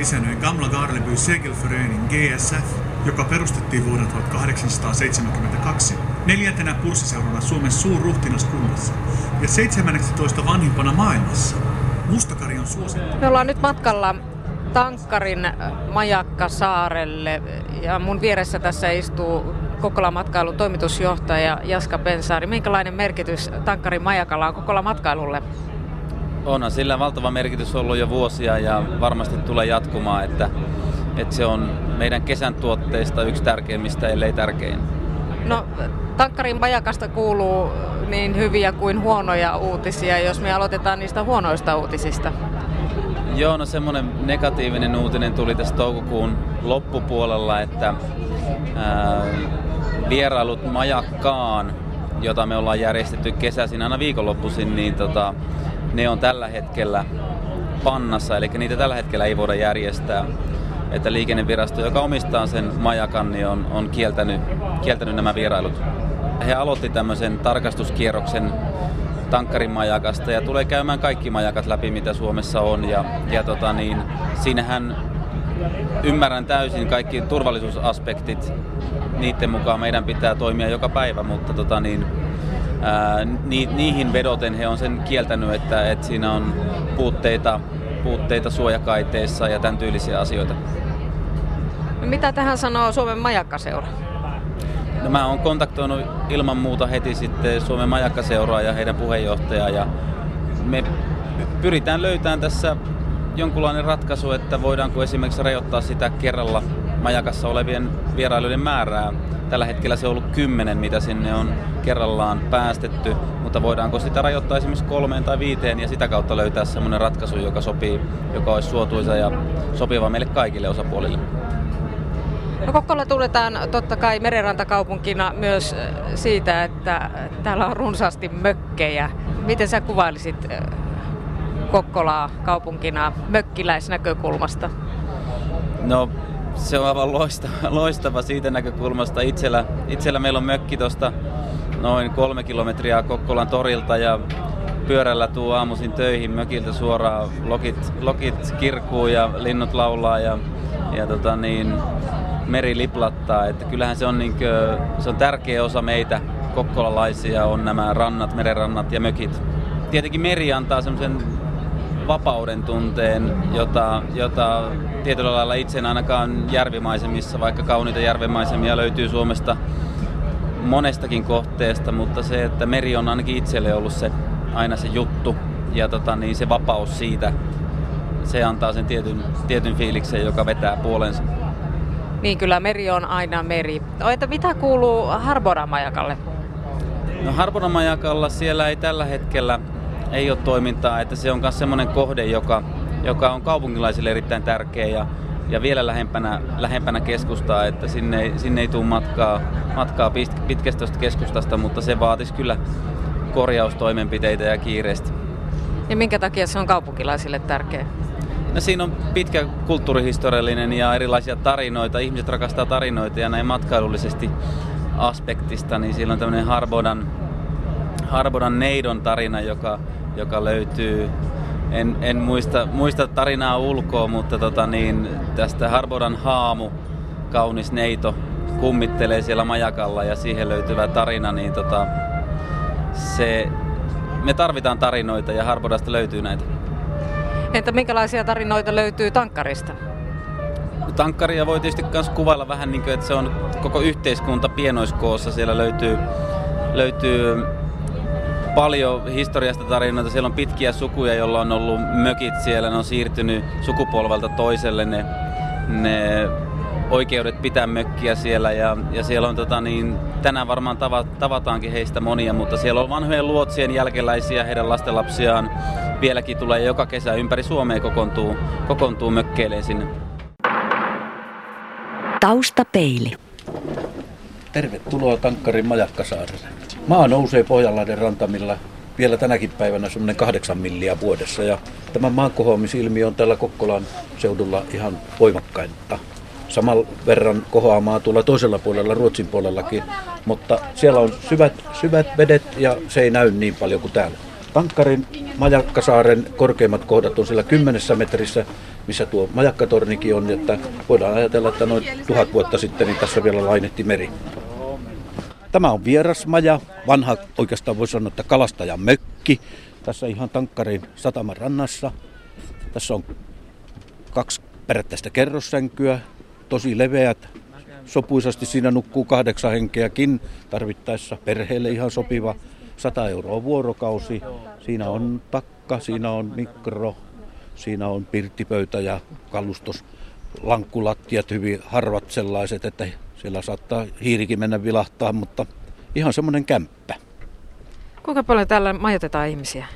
isännöi Gamla Garleby Segelförening GSF, joka perustettiin vuonna 1872 neljäntenä purssiseurana Suomen suurruhtinaskunnassa ja 17 vanhimpana maailmassa. Mustakari on suosittu. Me ollaan nyt matkalla Tankkarin Majakkasaarelle ja mun vieressä tässä istuu Kokkolan matkailun toimitusjohtaja Jaska Pensaari. Minkälainen merkitys Tankkarin majakalla on Kokkolan matkailulle? Onhan sillä valtava merkitys ollut jo vuosia ja varmasti tulee jatkumaan, että se on meidän kesän tuotteista yksi tärkeimmistä, ellei tärkein. No, Tankkarin majakasta kuuluu niin hyviä kuin huonoja uutisia, jos me aloitetaan niistä huonoista uutisista. Joo, no semmoinen negatiivinen uutinen tuli tässä toukokuun loppupuolella, että vierailut majakkaan, jota me ollaan järjestetty kesäisin aina viikonloppuisin, niin ne on tällä hetkellä pannassa, eli niitä tällä hetkellä ei voida järjestää. Että liikennevirasto, joka omistaa sen majakan, niin on kieltänyt nämä vierailut. He aloitti tämmöisen tarkastuskierroksen Tankkarin majakasta ja tulee käymään kaikki majakat läpi, mitä Suomessa on. Ja siinähän ymmärrän täysin kaikki turvallisuusaspektit. Niiden mukaan meidän pitää toimia joka päivä, mutta niihin vedoten he on sen kieltänyt, että siinä on puutteita suojakaiteissa ja tämän tyylisiä asioita. Mitä tähän sanoo Suomen majakkaseura? No, mä oon kontaktoinut ilman muuta heti sitten Suomen majakkaseuraa ja heidän puheenjohtajaa ja me pyritään löytämään tässä jonkunlainen ratkaisu, että voidaanko esimerkiksi rajoittaa sitä kerralla majakassa olevien vierailuiden määrää. Tällä hetkellä se on ollut 10, mitä sinne on kerrallaan päästetty, mutta voidaanko sitä rajoittaa esimerkiksi 3 tai 5 ja sitä kautta löytää semmoinen ratkaisu, joka sopii, joka olisi suotuisa ja sopiva meille kaikille osapuolille. No, Kokkola tunnetaan totta kai merenrantakaupunkina myös siitä, että täällä on runsaasti mökkejä. Miten sä kuvailisit Kokkolaa kaupunkina mökkiläisnäkökulmasta? No, se on aivan loistava siitä näkökulmasta. Itsellä meillä on mökki tuosta noin 3 kilometriä Kokkolan torilta ja pyörällä tuu aamuisin töihin mökiltä suoraan. Lokit kirkuu ja linnut laulaa ja meri liplattaa. Että kyllähän se on tärkeä osa meitä kokkolalaisia on nämä rannat, merenrannat ja mökit. Tietenkin meri antaa semmoisen vapauden tunteen, jota tietyllä lailla itse en ainakaan järvimaisemissa, vaikka kauniita järvimaisemia löytyy Suomesta monestakin kohteesta, mutta se, että meri on ainakin itselle ollut aina se juttu ja se vapaus siitä, se antaa sen tietyn fiiliksen, joka vetää puolensa. Niin, kyllä meri on aina meri. No, että mitä kuuluu Harboran majakalle? No, Harboran majakalla siellä ei tällä hetkellä ei ole toimintaa, että se on myös semmoinen kohde, joka on kaupunkilaisille erittäin tärkeä ja vielä lähempänä keskustaa, että sinne ei tule matkaa pitkästä keskustasta, mutta se vaatisi kyllä korjaustoimenpiteitä ja kiireesti. Ja minkä takia se on kaupunkilaisille tärkeä? No, siinä on pitkä kulttuurihistoriallinen ja erilaisia tarinoita. Ihmiset rakastaa tarinoita ja näin matkailullisesti aspektista, niin siellä on tämmöinen Harbodan neidon tarina, joka löytyy. En muista tarinaa ulkoa, mutta tästä Harbodan haamu, kaunis neito, kummittelee siellä majakalla ja siihen löytyvä tarina, niin me tarvitaan tarinoita ja Harbodasta löytyy näitä. Entä minkälaisia tarinoita löytyy Tankkarista? Tankkaria voi tietysti myös kuvailla vähän niin kuin, että se on koko yhteiskunta pienoiskoossa. Siellä löytyy paljon historiasta tarinoita. Siellä on pitkiä sukuja, joilla on ollut mökit siellä. Ne on siirtynyt sukupolvelta toiselle ne oikeudet pitää mökkiä siellä. Ja siellä on tänään varmaan tavataankin heistä monia, mutta siellä on vanhojen luotsien jälkeläisiä, heidän lastenlapsiaan. Vieläkin tulee joka kesä ympäri Suomea kokoontuu mökkeilemään sinne. Taustapeili. Tervetuloa Tankkarin Majakkasaarelle. Maa nousee Pohjanlahden rantamilla vielä tänäkin päivänä semmoinen 8 milliä vuodessa. Ja tämä maan kohoamisilmiö on tällä Kokkolan seudulla ihan voimakkainta. Saman verran kohoamaa tuolla toisella puolella, Ruotsin puolellakin, mutta siellä on syvät vedet ja se ei näy niin paljon kuin täällä. Tankkarin Majakkasaaren korkeimmat kohdat on siellä 10 metrissä, missä tuo majakkatornikin on, että voidaan ajatella, että noin 1000 vuotta sitten niin tässä vielä lainetti meri. Tämä on vierasmaja, vanha oikeastaan voi sanoa, että kalastajan mökki. Tässä ihan Tankkarin sataman rannassa. Tässä on 2 perättäistä kerrossänkyä, tosi leveät. Sopuisasti siinä nukkuu 8 henkeäkin tarvittaessa, perheelle ihan sopiva. 100 € vuorokausi. Siinä on takka, siinä on mikro, siinä on pirttipöytä ja kalustos. Lankkulattiat hyvin harvat sellaiset, että siellä saattaa hiirikin mennä vilahtaa, mutta ihan semmoinen kämppä. Kuinka paljon täällä majoitetaan ihmisiä?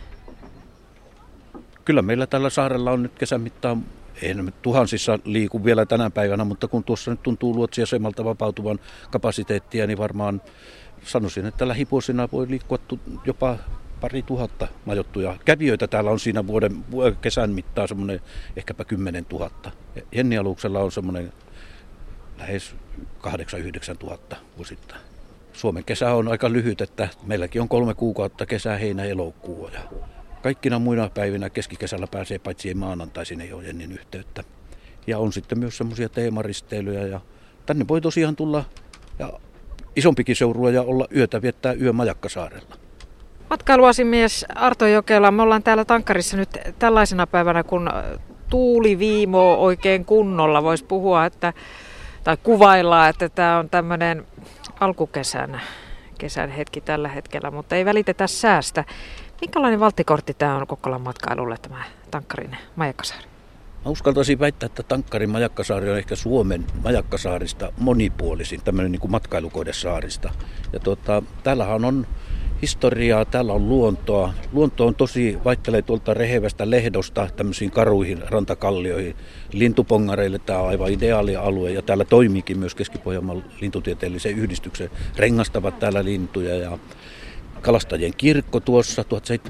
Kyllä meillä tällä saarella on nyt kesän mittaan, ei tuhansissa liiku vielä tänä päivänä, mutta kun tuossa nyt tuntuu luotsiasemalta vapautuvan kapasiteettia, niin varmaan sanoisin, että lähivuosina voi liikkua jopa 2000 majoittuja. Kävijöitä täällä on siinä kesän mittaan semmoinen ehkäpä 10 000. Jenni-aluksella on semmoinen lähes 8-9 000 vuosittain. Suomen kesä on aika lyhyt, että meilläkin on 3 kuukautta kesä, heinä, elokuu. Ja kaikkina muina päivinä keskikesällä pääsee, paitsi ei maanantaisin ei ole Jennin yhteyttä. Ja on sitten myös semmoisia teemaristeilyjä ja tänne voi tosiaan tulla ja isompikin seurua ja olla viettää yö Majakkasaarella. Matkailuasimies Arto Jokela, me ollaan täällä Tankkarissa nyt tällaisena päivänä, kun tuuli viimoo oikein kunnolla. Voisi puhua, tai kuvailla, että tämä on tämmöinen alkukesän hetki tällä hetkellä, mutta ei välitetä säästä. Minkälainen valttikortti tämä on Kokkolan matkailulle, tämä Tankkarin Majakkasaari? Mä uskaltaisin väittää, että Tankkarin Majakkasaari on ehkä Suomen Majakkasaarista monipuolisin, tämmöinen niin kuin matkailukohdesaarista. Ja täällähän on historiaa, täällä on luontoa. Luonto on vaihtelee tuolta rehevästä lehdosta tämmöisiin karuihin rantakallioihin. Lintupongareille tämä on aivan ideaali alue ja täällä toimiikin myös Keski-Pohjanmaan lintutieteellisen yhdistyksen. Rengastavat täällä lintuja ja kalastajien kirkko tuossa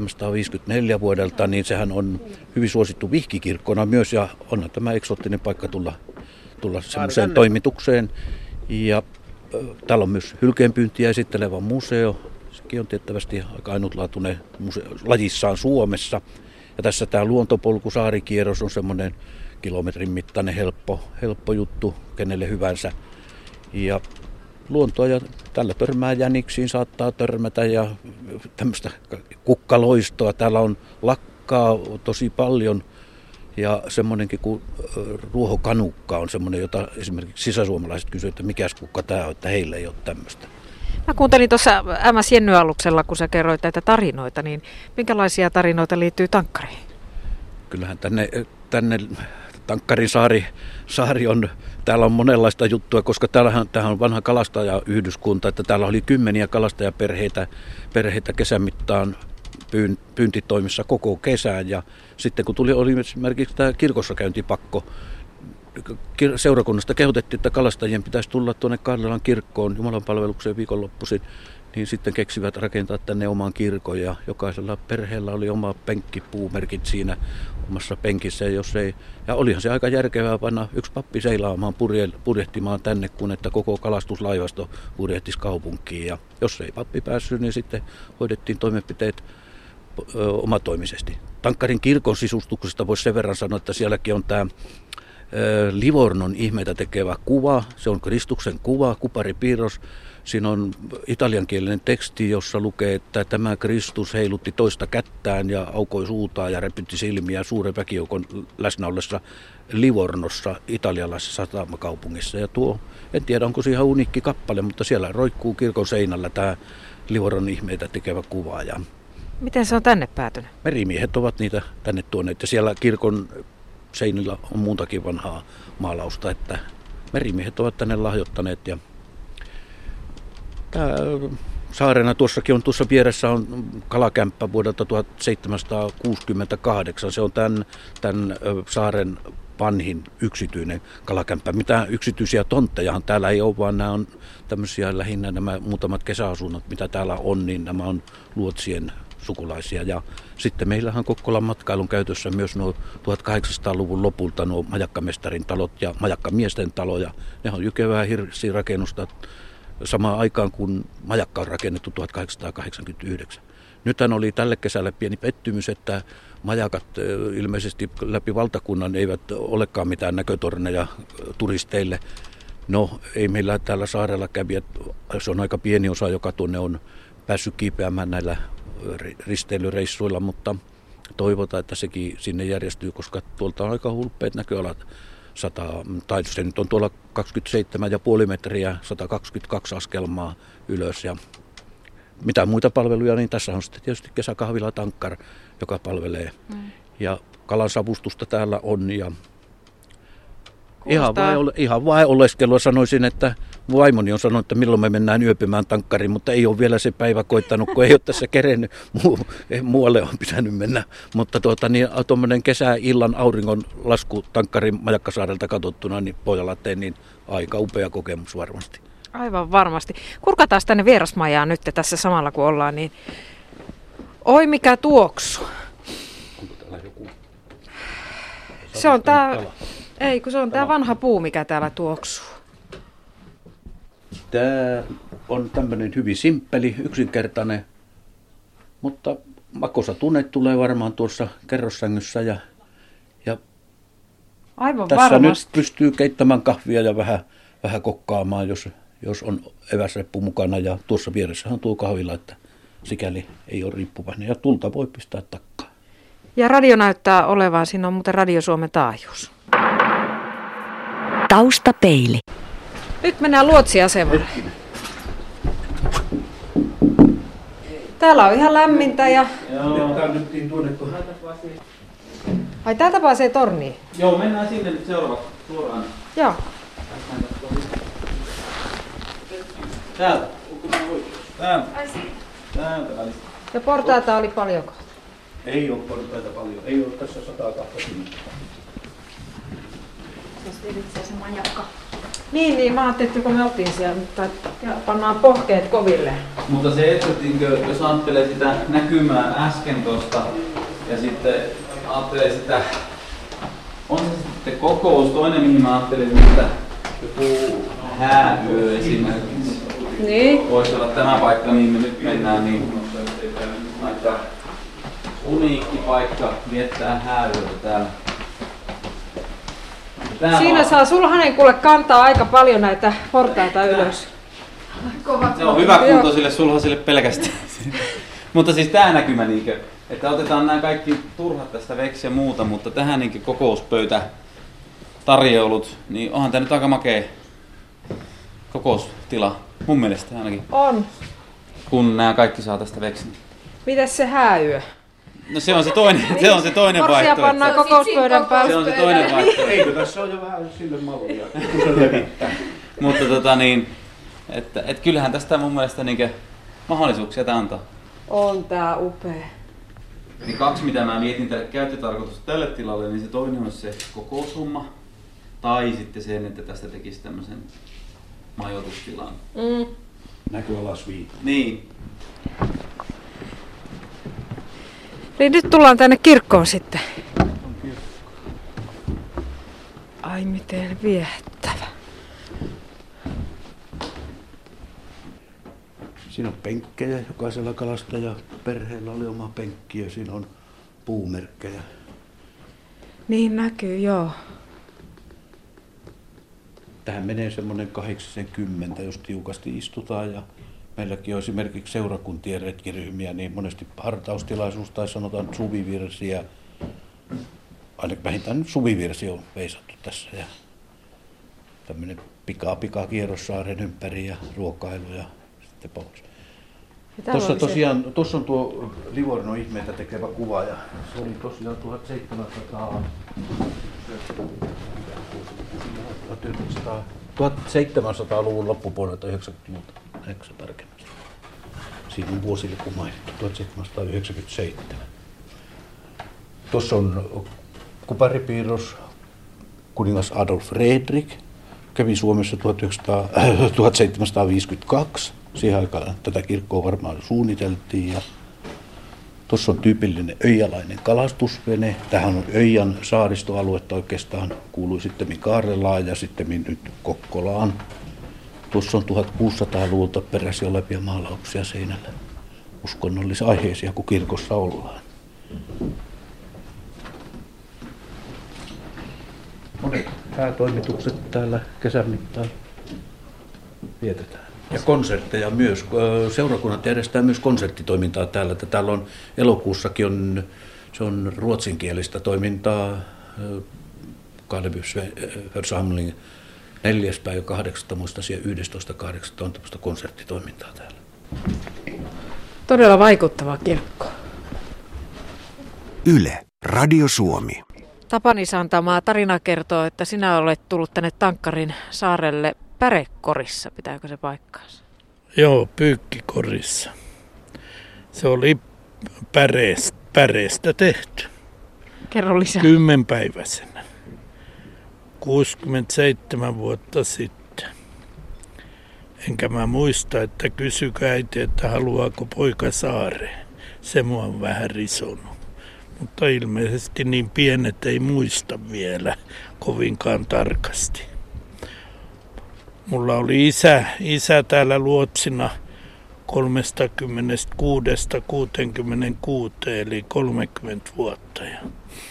1754 vuodelta, niin sehän on hyvin suosittu vihkikirkkona myös ja onhan tämä eksoottinen paikka tulla semmoiseen toimitukseen. Ja täällä on myös hylkeenpyyntiä esittelevä museo. Sekin on tiettävästi aika ainutlaatuinen lajissaan Suomessa. Ja tässä tämä luontopolkusaarikierros on semmoinen kilometrin mittainen helppo juttu kenelle hyvänsä. Ja luontoa ja tällä törmää jäniksiin, saattaa törmätä ja tämmöistä kukkaloistoa. Täällä on lakkaa tosi paljon ja semmoinenkin kuin ruohokanukka on semmoinen, jota esimerkiksi sisäsuomalaiset kysyvät, että mikäs kukka tämä on, että heillä ei ole tämmöistä. Mä kuuntelin tuossa MS Jenny-aluksella, kun sä kerroit näitä tarinoita, niin minkälaisia tarinoita liittyy Tankkariin? Kyllähän tänne Tankkarin saari on, täällä on monenlaista juttua, koska tämähän on vanha kalastajayhdyskunta, että täällä oli 10 kalastajaperheitä kesän mittaan pyyntitoimissa koko kesän ja sitten kun oli esimerkiksi tämä kirkossa käyntipakko, seurakunnasta kehotettiin, että kalastajien pitäisi tulla tuonne Kaarlelan kirkkoon Jumalanpalvelukseen viikonloppuisin, niin sitten keksivät rakentaa tänne oman kirkon ja jokaisella perheellä oli oma penkkipuumerkit siinä omassa penkissä. Ja olihan se aika järkevää panna yksi pappi seilaamaan purjehtimaan tänne, kun että koko kalastuslaivasto purjehtisi kaupunkiin. Ja jos ei pappi päässyt, niin sitten hoidettiin toimenpiteet omatoimisesti. Tankkarin kirkon sisustuksesta voisi sen verran sanoa, että sielläkin on tämä Livornon ihmeitä tekevä kuva, se on Kristuksen kuva, kuparipiirros. Siinä on italiankielinen teksti, jossa lukee, että tämä Kristus heilutti toista kättään ja aukoi suutaan ja repytti silmiä suuren väkijoukon läsnä ollessa Livornossa, italialaisessa satamakaupungissa. Ja en tiedä onko se ihan uniikki kappale, mutta siellä roikkuu kirkon seinällä tämä Livornon ihmeitä tekevä kuva. Ja miten se on tänne päätynyt? Merimiehet ovat niitä tänne tuoneet ja siellä kirkon seinillä on muutakin vanhaa maalausta, että merimiehet ovat tänne lahjoittaneet. Ja tämä saarena tuossa vieressä on kalakämppä vuodelta 1768. Se on tämän saaren vanhin yksityinen kalakämppä. Mitään yksityisiä tonttejahan täällä ei ole, vaan nämä on tämmöisiä lähinnä nämä muutamat kesäasunnot, mitä täällä on, niin nämä on luotsien sukulaisia. Ja sitten meillähän Kokkolan matkailun käytössä myös nuo 1800-luvun lopulta nuo majakkamestarin talot ja majakkamiesten taloja. Ne on jykevää hirsirakennusta samaan aikaan, kun majakka on rakennettu 1889. Nythän oli tälle kesälle pieni pettymys, että majakat ilmeisesti läpi valtakunnan eivät olekaan mitään näkötorneja turisteille. No, ei meillä täällä saarella kävijät, se on aika pieni osa, joka tuonne on päässyt kiipeämään näillä risteilyreissuilla, mutta toivotaan, että sekin sinne järjestyy, koska tuolta on aika hulppeet näköalat. Tai se nyt on tuolla 27,5 metriä, 122 askelmaa ylös. Ja mitä muita palveluja, niin tässä on sitten tietysti kesäkahvila Tankkar, joka palvelee. Ja kalansavustusta täällä on. Ja ihan vain oleskelua sanoisin, että vaimoni on sanonut, että milloin me mennään yöpymään Tankkariin, mutta ei ole vielä se päivä koittanut, kun ei ole tässä kerennyt. Muualle on pitänyt mennä. Mutta tuommoinen kesäillan auringonlasku Tankkarin Majakkasaarelta katsottuna niin Pohjanlahteen, niin aika upea kokemus varmasti. Aivan varmasti. Kurkataan tänne vierasmajaan nyt tässä samalla kun ollaan, niin oi mikä tuoksu. Onko täällä joku? Se on tää vanha puu, mikä täällä tuoksuu. Tämä on tämmöinen hyvin simppeli, yksinkertainen, mutta makosa tunne tulee varmaan tuossa kerrossängyssä ja aivan tässä varmasti. Nyt pystyy keittämään kahvia ja vähän kokkaamaan, jos on eväsreppu mukana ja tuossa vieressä on tuo kahvila, että sikäli ei ole riippuvainen ja tulta voi pistää takkaan. Ja radio näyttää olevan, siinä on muuten Radio Suomen taajuus. Taustapeili. Nyt mennään luotsiasemalle. Täällä on ihan lämmintä ja... Joo, käännyttiin tuonne tuohon. Ai täältä pääsee torniin? Joo, mennään sinne nyt seuraavaksi suoraan. Joo. Täältä. Täältä välistä. Ja portaita oli paljonko? Ei ole portaita paljon, ei ole tässä 120. Se majakka. Niin, mä ajattelin, että kun me oltiin siellä, mutta pannaan pohkeet koville. Mutta se, että jos ajattelee sitä näkymää äsken tuosta ja sitten ajattelee sitä, on se sitten kokous, toinen mihin mä ajattelin, että joku hääyö esimerkiksi. Niin. Voisi olla tämä paikka, mihin me nyt mennään, niin aika uniikki paikka viettää hääyötä täällä. Siinä saa sulhanen kuule kantaa aika paljon näitä portaita ylös. Se on hyvä kuntoisille sulhasille pelkästään. Mutta siis tää näkymä niinkö, että otetaan nämä kaikki turhat tästä veksi ja muuta, mutta tähän niinkö kokouspöytä tarjoulut, niin onhan tää nyt aika makea kokoustila, mun mielestä ainakin. On. Kun nämä kaikki saa tästä veksi. Mites se hääyö? No se on se toinen vaihtoehto. Morsia pannaan kokouspöydän päälle. Se on se toinen vaihtoehto. Eikö tässä ole jo vähän sille mallia, kun se levittää. Mutta että kyllähän tästä mun mielestä niinkö mahdollisuuksia tää antaa. On tää upea. Niin kaksi mitä mä mietin käyttötarkoitusta tälle tilalle, niin se toinen on se kokoushomma. Tai sitten sen, että tästä tekisi tämmösen majoitustilan. Näköalasviitta. Niin. Eli nyt tullaan tänne kirkkoon sitten. Ai miten viehättävä. Siinä on penkkejä, jokaisella kalastajaperheellä oli oma penkki ja siinä on puumerkkejä. Niin näkyy, joo. Tähän menee semmoinen 80, jos tiukasti istutaan ja meilläkin on esimerkiksi seurakuntien retkiryhmiä, niin monesti hartaustilaisuus tai sanotaan suvivirsiä, ainakin vähintään nyt suvivirsi on veisattu tässä ja tämmöinen pika-kierros saaren ympäri ja ruokailu ja sitten pois. Tuossa tosiaan, tuossa on tuo Livornon ihmeitä tekevä kuva ja se oli tosiaan 1700-luvun loppupuolelta 90-luvulta, eikö se tarkemmin? Siinä on vuosiluku mainittu, 1797. Tuossa on kuparipiirros, kuningas Adolf Fredrik, kävi Suomessa 1752. Siihen aikaan tätä kirkkoa varmaan suunniteltiin. Ja tuossa on tyypillinen öijäläinen kalastusvene. Tähän on Öijän saaristoaluetta oikeastaan, kuului sitten Kaarelaan ja sitten nyt Kokkolaan. Tuossa on 1600-luvulta peräisin olevia maalauksia seinällä. uskonnollisaiheisia, kun kirkossa ollaan. Monet päätoimitukset täällä kesän mittaan vietetään. Ja konsertteja myös. Seurakunnat järjestää myös konserttitoimintaa täällä. Täällä on elokuussakin se on ruotsinkielistä toimintaa. Karlebysförsamling 4.8. muista siellä 11.8. on tämmöistä konserttitoimintaa täällä. Todella vaikuttava kirkko. Yle, Radio Suomi. Tapani Santamaa, tarina kertoo, että sinä olet tullut tänne Tankkarin saarelle pärekorissa. Pitääkö se paikkaansa? Joo, pyykkikorissa. Se oli päreestä tehty. Kerro lisää. 10-päiväisenä. 67 vuotta sitten. Enkä mä muista, että kysykö äiti, että haluaako poika saareen. Se mua on vähän risonut. Mutta ilmeisesti niin pienet ei muista vielä kovinkaan tarkasti. Mulla oli isä täällä luotsina 36-66, eli 30 vuotta. Ja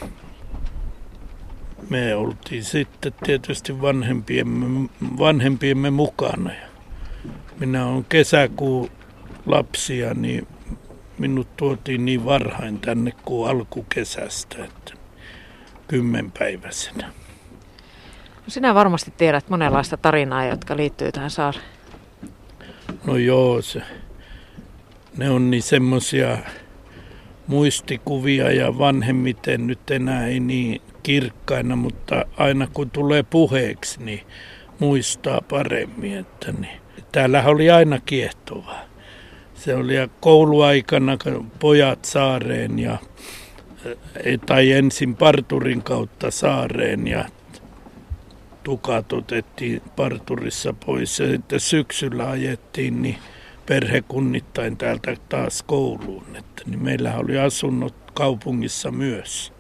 me oltiin sitten tietysti vanhempiemme mukana. Ja minä olen kesäkuun lapsia, niin minut tuotiin niin varhain tänne kuin alkukesästä, että 10-päiväisenä. No sinä varmasti tiedät monenlaista tarinaa, jotka liittyy tähän saareen. No joo, ne on niin semmoisia muistikuvia ja vanhemmiten nyt enää ei niin kirkkaina, mutta aina kun tulee puheeksi, niin muistaa paremmin, että niin. Täällähän oli aina kiehtovaa. Se oli kouluaikana pojat saareen tai ensin parturin kautta saareen ja tukat otettiin parturissa pois ja sitten syksyllä ajettiin niin perhekunnittain täältä taas kouluun. Että, niin meillähän oli asunnot kaupungissa myös.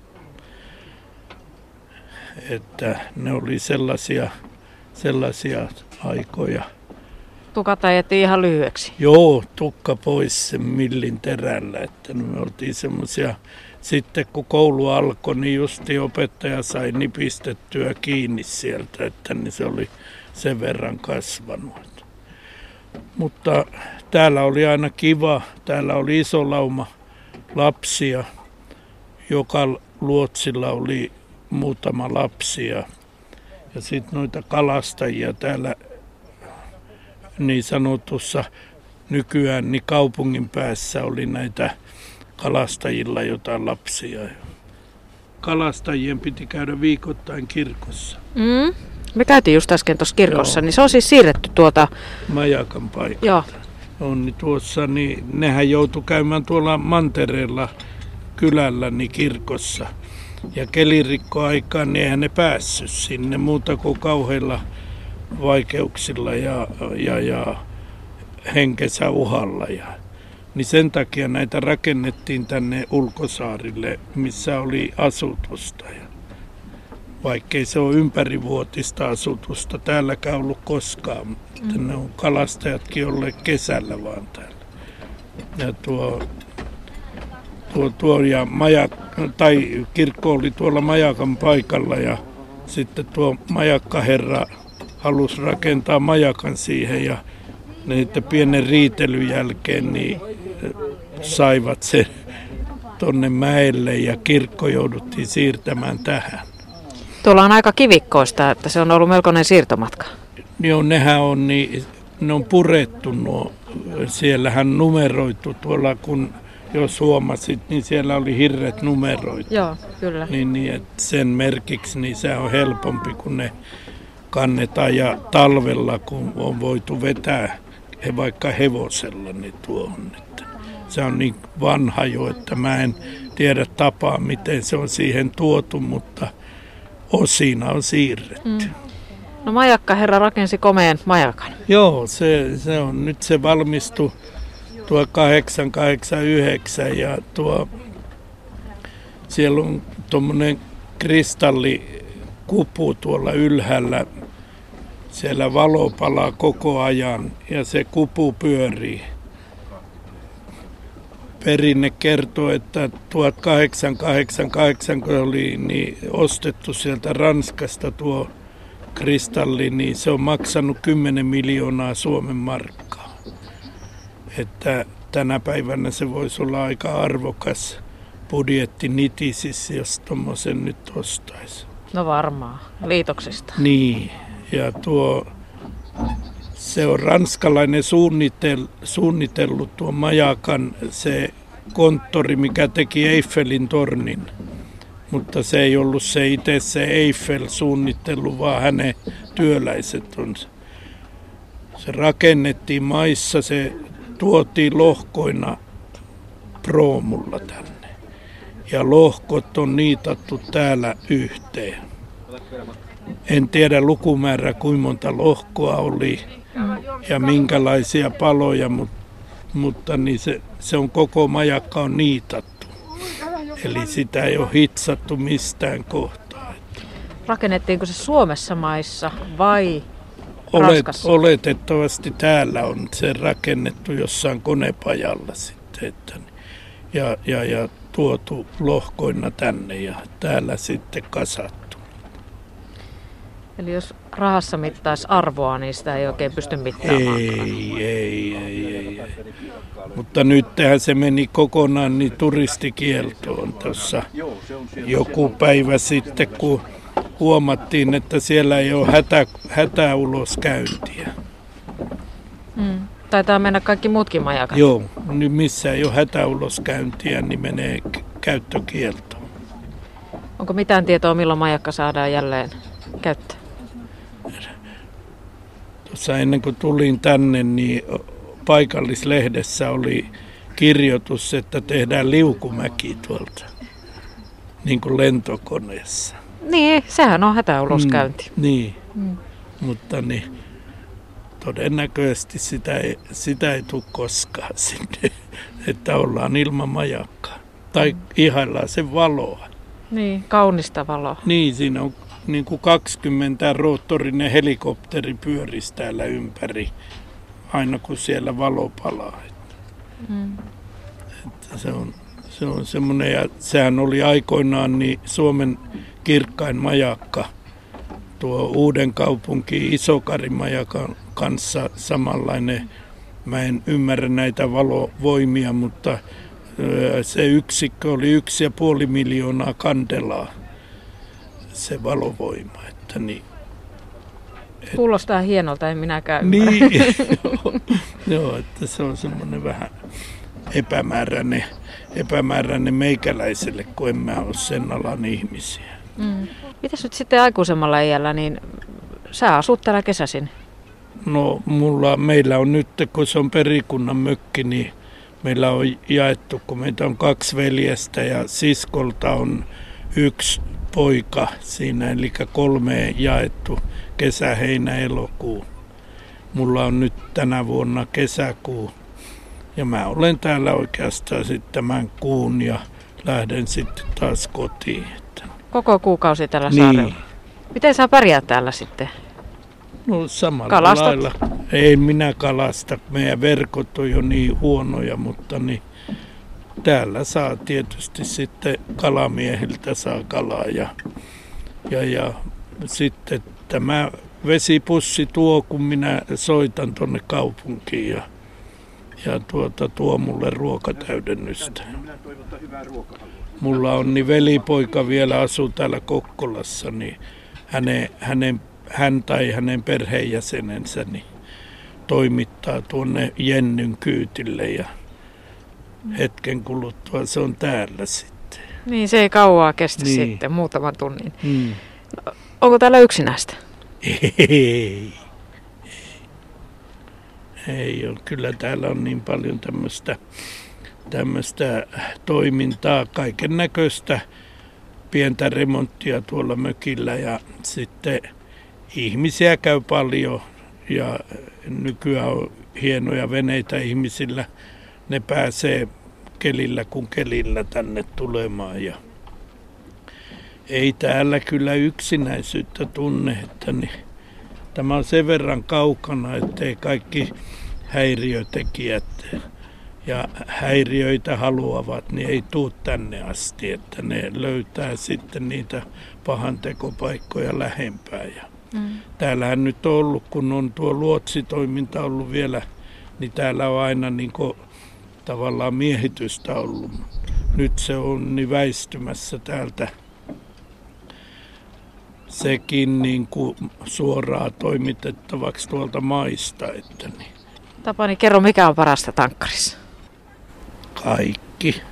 Että ne oli sellaisia aikoja. Tukat ajettiin ihan lyhyeksi. Joo, tukka pois sen millin terällä. Että me oltiin semmoisia. Sitten kun koulu alkoi, niin justi opettaja sai nipistettyä kiinni sieltä, että niin se oli sen verran kasvanut. Mutta täällä oli aina kiva. Täällä oli iso lauma lapsia. Joka luotsilla oli muutama lapsia. Ja sitten noita kalastajia täällä niin sanotussa nykyään niin kaupungin päässä oli näitä kalastajilla jotain lapsia. Kalastajien piti käydä viikoittain kirkossa. Me käytiin just äsken tuossa kirkossa, niin se on siis siirretty tuolta Majakan paikalta. Joo. On niin tuossa, niin nehän joutui käymään tuolla mantereella kylällä niin kirkossa. Ja kelirikkoaikaan niin eihän ne päässyt sinne muuta kuin kauheilla vaikeuksilla ja henkensä uhalla. Niin sen takia näitä rakennettiin tänne ulkosaarille, missä oli asutusta. Vaikkei se ole ympärivuotista asutusta täälläkään ollut koskaan. Ne on kalastajatkin olleet kesällä vaan täällä. Ja kirkko oli tuolla Majakan paikalla ja sitten tuo majakkaherra halusi rakentaa majakan siihen ja niiden pienen riitelyn jälkeen niin saivat sen tonne mäelle ja kirkko jouduttiin siirtämään tähän. Tuolla on aika kivikkoista, että se on ollut melkoinen siirtomatka. Joo, nehän on, niin, ne on purettu nuo. Siellähän numeroitu tuolla, kun jos huomasit, niin siellä oli hirret numeroitu. Joo, kyllä. Niin että sen merkiksi niin se on helpompi, kun ne kannetaan ja talvella, kun on voitu vetää vaikka hevosella, niin tuohon. Se on niin vanha jo, että mä en tiedä tapaa, miten se on siihen tuotu, mutta osina on siirretty. No majakkaherra rakensi komeen majakan. Joo, se on. Nyt se valmistui 889 ja siellä on tuommoinen kristallikupu tuolla ylhäällä. Siellä valo palaa koko ajan ja se kupu pyörii perinne kertoo, että 1888, kun oli niin ostettu sieltä Ranskasta tuo kristalli, niin se on maksanut 10 miljoonaa Suomen markkaa. Että tänä päivänä se voisi olla aika arvokas budjetti nitisis, jos tommosen nyt ostaisi. No varmaan, liitoksista. Niin, ja se on ranskalainen suunnitellut tuon majakan se konttori, mikä teki Eiffelin tornin. Mutta se ei ollut se itse se Eiffel suunnittelu, vaan hänen työläiset on. Se rakennettiin maissa, se tuotiin lohkoina proomulla tänne. Ja lohkot on niitattu täällä yhteen. En tiedä lukumäärä, kuinka monta lohkoa oli ja minkälaisia paloja, mutta niin se on koko majakka on niitattu. Eli sitä ei ole hitsattu mistään kohtaa. Rakennettiinko se Suomessa maissa vai Ranskassa? Oletettavasti täällä on se rakennettu jossain konepajalla sitten. Ja tuotu lohkoina tänne ja täällä sitten kasattu. Eli jos rahassa mittaisi arvoa, niin sitä ei oikein pysty mittaamaan. Ei. Mutta nythän se meni kokonaan niin turistikieltoon tuossa joku päivä sitten, kun huomattiin, että siellä ei ole hätäuloskäyntiä. Taitaa mennä kaikki muutkin majakat. Joo, nyt missä ei ole hätäuloskäyntiä, niin menee käyttökieltoon. Onko mitään tietoa, milloin majakka saadaan jälleen käyttöön? Tuossa ennen kuin tulin tänne, niin paikallislehdessä oli kirjoitus, että tehdään liukumäki tuolta, niin kuin lentokoneessa. Niin, sehän on hätäuloskäynti. Niin, mutta niin, todennäköisesti sitä ei tule koskaan sinne, että ollaan ilman majakkaa. Tai ihaillaan sen valoa. Niin, kaunista valoa. Niin, siinä on niin kuin 20 roottorinen helikopteri pyörisi täällä ympäri, aina kun siellä valo palaa. Että se on semmoinen, ja sehän oli aikoinaan niin Suomen kirkkain majakka. Tuo Uudenkaupunki Isokarin majakan kanssa samanlainen. Mä en ymmärrä näitä valovoimia, mutta se yksikkö oli 1,5 miljoonaa kandelaa. Se valovoima, että niin. Kuulostaa hienolta, en minäkään niin, joo, että se on semmoinen vähän epämääräinen meikäläiselle, kun en mä ole sen alan ihmisiä. Mitäs nyt sitten aikuisemmalla iällä, niin sä asut täällä kesäisin? No meillä on nyt, kun se on perikunnan mökki, niin meillä on jaettu, kun meitä on 2 veljestä ja siskolta on 1 poika siinä, eli 3 jaettu kesä, heinä, elokuu. Mulla on nyt tänä vuonna kesäkuu ja mä olen täällä oikeastaan sitten tämän kuun ja lähden sitten taas kotiin. Koko kuukausi tällä saarella? Miten sä pärjää täällä sitten? No samalla Kalastat? lailla. Ei minä kalasta, meidän verkot on jo niin huonoja, mutta niin täällä saa tietysti sitten kalamiehiltä saa kalaa ja sitten tämä vesipussi tuo, kun minä soitan tuonne kaupunkiin ja tuo mulle ruokatäydennystä. Mulla on niin velipoika vielä asuu täällä Kokkolassa, niin hän tai hänen perheenjäsenensä niin toimittaa tuonne Jennyn kyytille ja hetken kuluttua se on täällä sitten. Niin, se ei kauaa kestä sitten, muutaman tunnin. No, onko täällä yksinäistä? Ei ole. Kyllä täällä on niin paljon tämmöistä toimintaa, kaiken näköistä pientä remonttia tuolla mökillä ja sitten ihmisiä käy paljon ja nykyään on hienoja veneitä ihmisillä. Ne pääsee kelillä kuin kelillä tänne tulemaan ja ei täällä kyllä yksinäisyyttä tunne, että niin, tämä on sen verran kaukana, ettei kaikki häiriötekijät ja häiriöitä haluavat, niin ei tule tänne asti, että ne löytää sitten niitä pahantekopaikkoja lähempää. Täällähän nyt on ollut, kun on tuo luotsitoiminta ollut vielä, niin täällä on aina niin kuin tavallaan miehitystä ollut. Nyt se on niin väistymässä täältä sekin niin kuin suoraan toimitettavaksi tuolta maista. Että niin. Tapani, kerro, mikä on parasta Tankkarissa? Kaikki.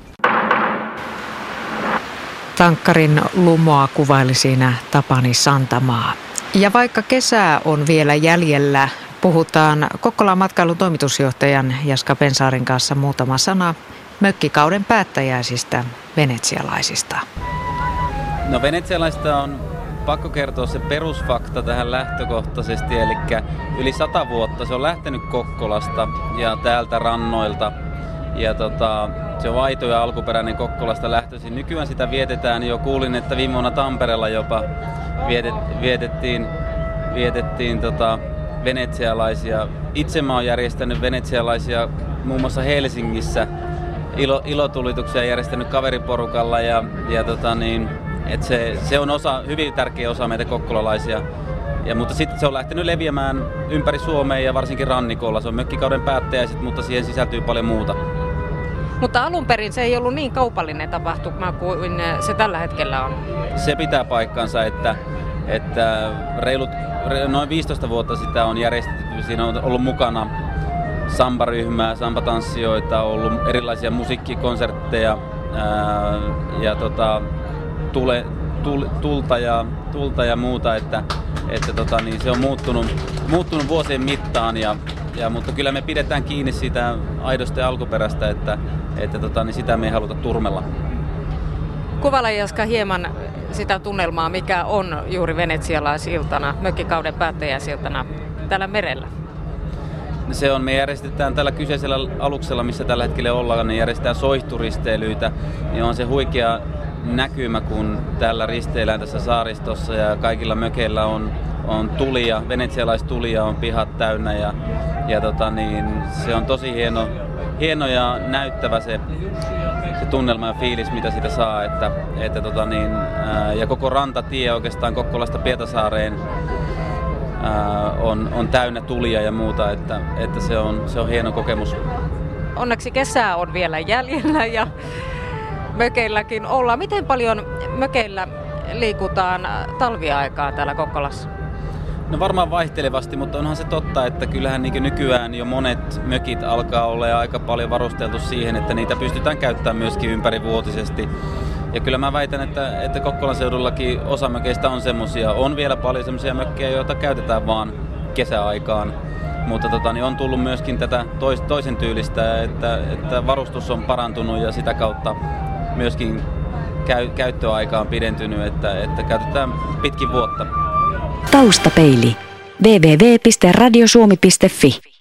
Tankkarin lumoa kuvaili siinä Tapani Santamaa. Ja vaikka kesää on vielä jäljellä, puhutaan Kokkolan matkailun toimitusjohtajan Jaska Pensaarin kanssa muutama sana mökkikauden päättäjäisistä venetsialaisista. No venetsialaista on pakko kertoa se perusfakta tähän lähtökohtaisesti, eli yli 100 vuotta se on lähtenyt Kokkolasta ja täältä rannoilta. Ja se on aito ja alkuperäinen Kokkolasta lähtöisin. Nykyään sitä vietetään jo, kuulin, että viime vuonna Tampereella jopa vietettiin venetsialaisia. Itse mä oon järjestänyt venetsialaisia muun muassa Helsingissä. Ilotulituksia järjestänyt kaveriporukalla se on hyvin tärkeä osa meitä kokkolalaisia. Mutta sitten se on lähtenyt leviämään ympäri Suomea ja varsinkin rannikolla. Se on mökkikauden päättäjäiset, mutta siihen sisältyy paljon muuta. Mutta alun perin se ei ollut niin kaupallinen tapahtuma kuin se tällä hetkellä on. Se pitää paikkansa, että noin 15 vuotta sitä on järjestetty. Siinä on ollut mukana sambaryhmää, sambatanssijoita, on ollut erilaisia musiikkikonsertteja tulta ja muuta, että se on muuttunut vuosien mittaan mutta kyllä me pidetään kiinni siitä aidosta ja alkuperäistä, että sitä me ei haluta turmella. Kuvailla, Jaska, hieman sitä tunnelmaa, mikä on juuri venetsialaisiltana, mökkikauden päättäjäisiltana täällä merellä. Me järjestetään tällä kyseisellä aluksella, missä tällä hetkellä ollaan, niin järjestetään soihturisteilyitä, niin on se huikea näkymä, kun täällä risteillään tässä saaristossa ja kaikilla mökeillä on tulia, venetsialaistulia on pihat täynnä ja se on tosi hieno ja näyttävä se tunnelma ja fiilis, mitä siitä saa, ja koko rantatie oikeastaan Kokkolasta Pietasaareen on täynnä tulia ja muuta, että se on hieno kokemus. Onneksi kesää on vielä jäljellä ja mökeilläkin ollaan. Miten paljon mökeillä liikutaan talviaikaa täällä Kokkolassa? No varmaan vaihtelevasti, mutta onhan se totta, että kyllähän nykyään jo monet mökit alkaa olla aika paljon varusteltu siihen, että niitä pystytään käyttämään myöskin ympärivuotisesti. Ja kyllä mä väitän, että Kokkolan seudullakin osa mökeistä on semmosia. On vielä paljon semmoisia mökkejä, joita käytetään vaan kesäaikaan. Mutta on tullut myöskin tätä toisen tyylistä, että varustus on parantunut ja sitä kautta myöskin käyttöaika on pidentynyt, että käytetään pitkin vuotta. Taustapeili. www.radiosuomi.fi